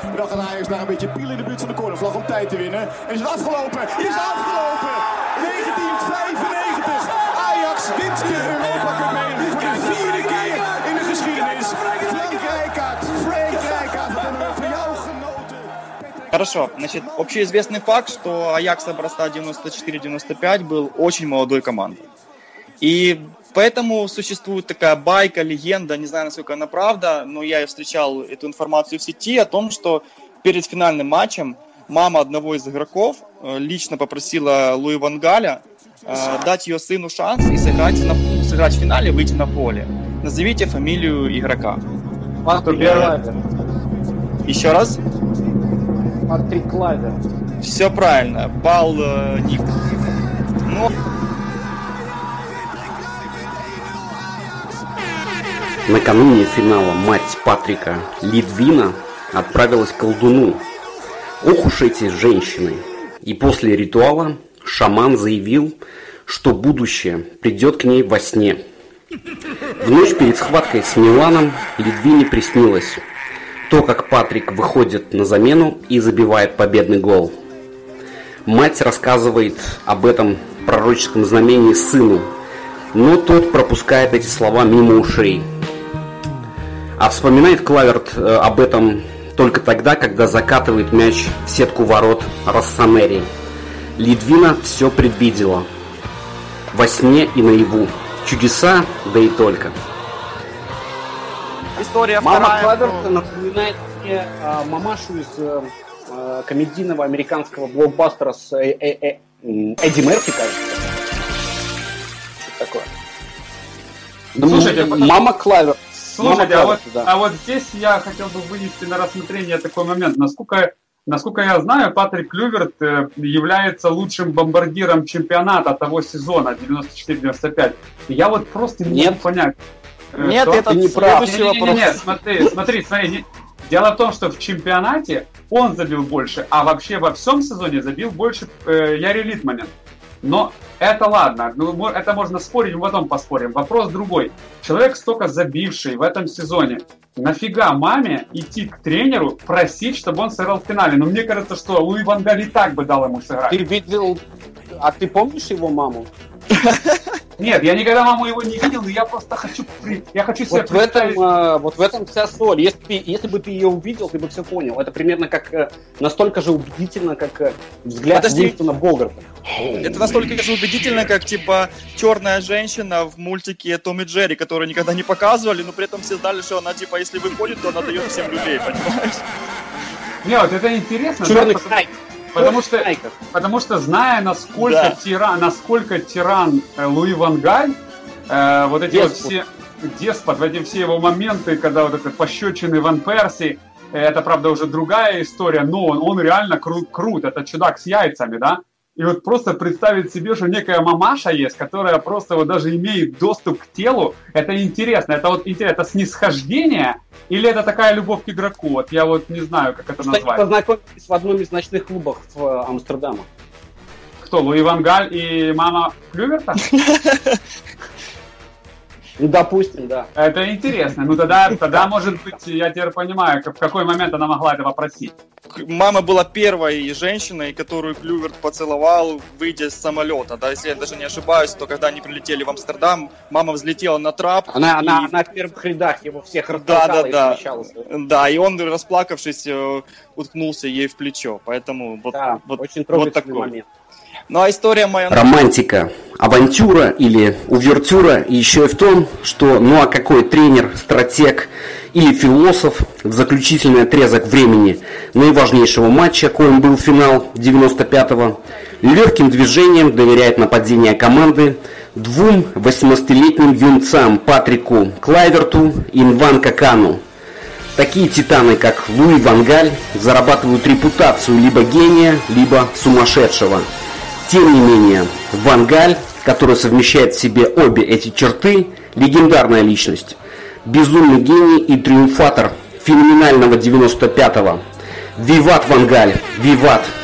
En dan gaat Ajax daar een beetje pielen in de buurt van de cornervlag om tijd te winnen. En is het afgelopen? Is het afgelopen? 1995. Ajax wint de Europa Cup mee voor de 4e keer in de geschiedenis. Frank Rijkaard, wat hebben we van jou genoten. Хорошо, значит, общеизвестный факт, что Аякс образца 94-95 был очень молодой командой. И поэтому существует такая байка, легенда, не знаю, насколько она правда, но я встречал эту информацию в сети о том, что перед финальным матчем мама одного из игроков лично попросила Луи ван Гааля дать ее сыну шанс и сыграть в финале, выйти на поле. Назовите фамилию игрока. Патрик Клайвер. Еще раз? Патрик Клайвер. Все правильно. Пал Ник. Но... Накануне финала мать Патрика Литвина отправилась к колдуну. Ох уж эти женщины. И после ритуала шаман заявил, что будущее придет к ней во сне. В ночь перед схваткой с Миланом Литвине приснилось то, как Патрик выходит на замену и забивает победный гол. Мать рассказывает об этом пророческом знамении сыну, но тот пропускает эти слова мимо ушей. А вспоминает Клаверт об этом только тогда, когда закатывает мяч в сетку ворот Россонери. Литвина все предвидела. Во сне и наяву. Чудеса, да и только. История Мама вторая. Клаверт напоминает мне мамашу из комедийного американского блокбастера с Эдди Мерфи, кажется. Что такое? Слушайте, Мама Клаверт. Слушайте, да. а вот здесь я хотел бы вынести на рассмотрение такой момент. Насколько я знаю, Патрик Клюверт является лучшим бомбардиром чемпионата того сезона 94-95. Я вот просто не могу понять. Нет, что? это не прав. следующий вопрос. Нет, смотри. Дело в том, что в чемпионате он забил больше, а вообще во всем сезоне забил больше Яри Литманен. Но это ладно, это можно спорить, мы потом поспорим. Вопрос другой. Человек, столько забивший в этом сезоне, нафига маме идти к тренеру просить, чтобы он сыграл в финале? Ну, мне кажется, что Луи ван Гааль и так бы дал ему сыграть. Ты видел... А ты помнишь его маму? Нет, я никогда маму его не видел, но я просто хочу себе представить. Вот в этом вся соль. Если бы ты ее увидел, ты бы все понял. Это примерно как настолько же убедительно, как взгляд Уинстона Богарта. Это настолько же убедительно, как типа черная женщина в мультике Том и Джерри, которую никогда не показывали, но при этом все знали, что она типа если выходит, то она дает всем людей, понимаешь? Нет, вот это интересно. Черный да, снайпер. Потому что зная, насколько тиран Луи ван Гааль, вот эти Деспот. вот все деспот, эти все его моменты, когда вот это пощечины Ван Перси, это, правда, уже другая история, но он реально крут, это чудак с яйцами, да? И вот просто представить себе, что некая мамаша есть, которая просто вот даже имеет доступ к телу, это интересно. Это вот интересно, это снисхождение или это такая любовь к игроку? Вот я вот не знаю, как это назвать. Кстати, познакомились в одном из ночных клубов в Амстердаме. Кто, Луи ван Гааль и мама Клюверта? Ну, допустим, да. Это интересно. Ну тогда, может быть, я теперь понимаю, в какой момент она могла этого просить. Мама была первой женщиной, которую Клюверт поцеловал, выйдя с самолета. Да, если я даже не ошибаюсь, то когда они прилетели в Амстердам, мама взлетела на трап. Она в первых рядах его всех растолкала и смещалась. Да, и он, расплакавшись, уткнулся ей в плечо. Поэтому да, вот очень трогательный такой момент. Ну а история моя... Романтика, авантюра или увертюра еще и в том, что ну а какой тренер, стратег или философ в заключительный отрезок времени наиважнейшего матча, коим был финал 95-го, легким движением доверяет нападение команды двум 18-летним юнцам Патрику Клайверту и Нванка Кану. Такие титаны, как Луи ван Гааль, зарабатывают репутацию либо гения, либо сумасшедшего. Тем не менее, Ван Гааль, который совмещает в себе обе эти черты, легендарная личность. Безумный гений и триумфатор феноменального 95-го. Виват Ван Гааль! Виват!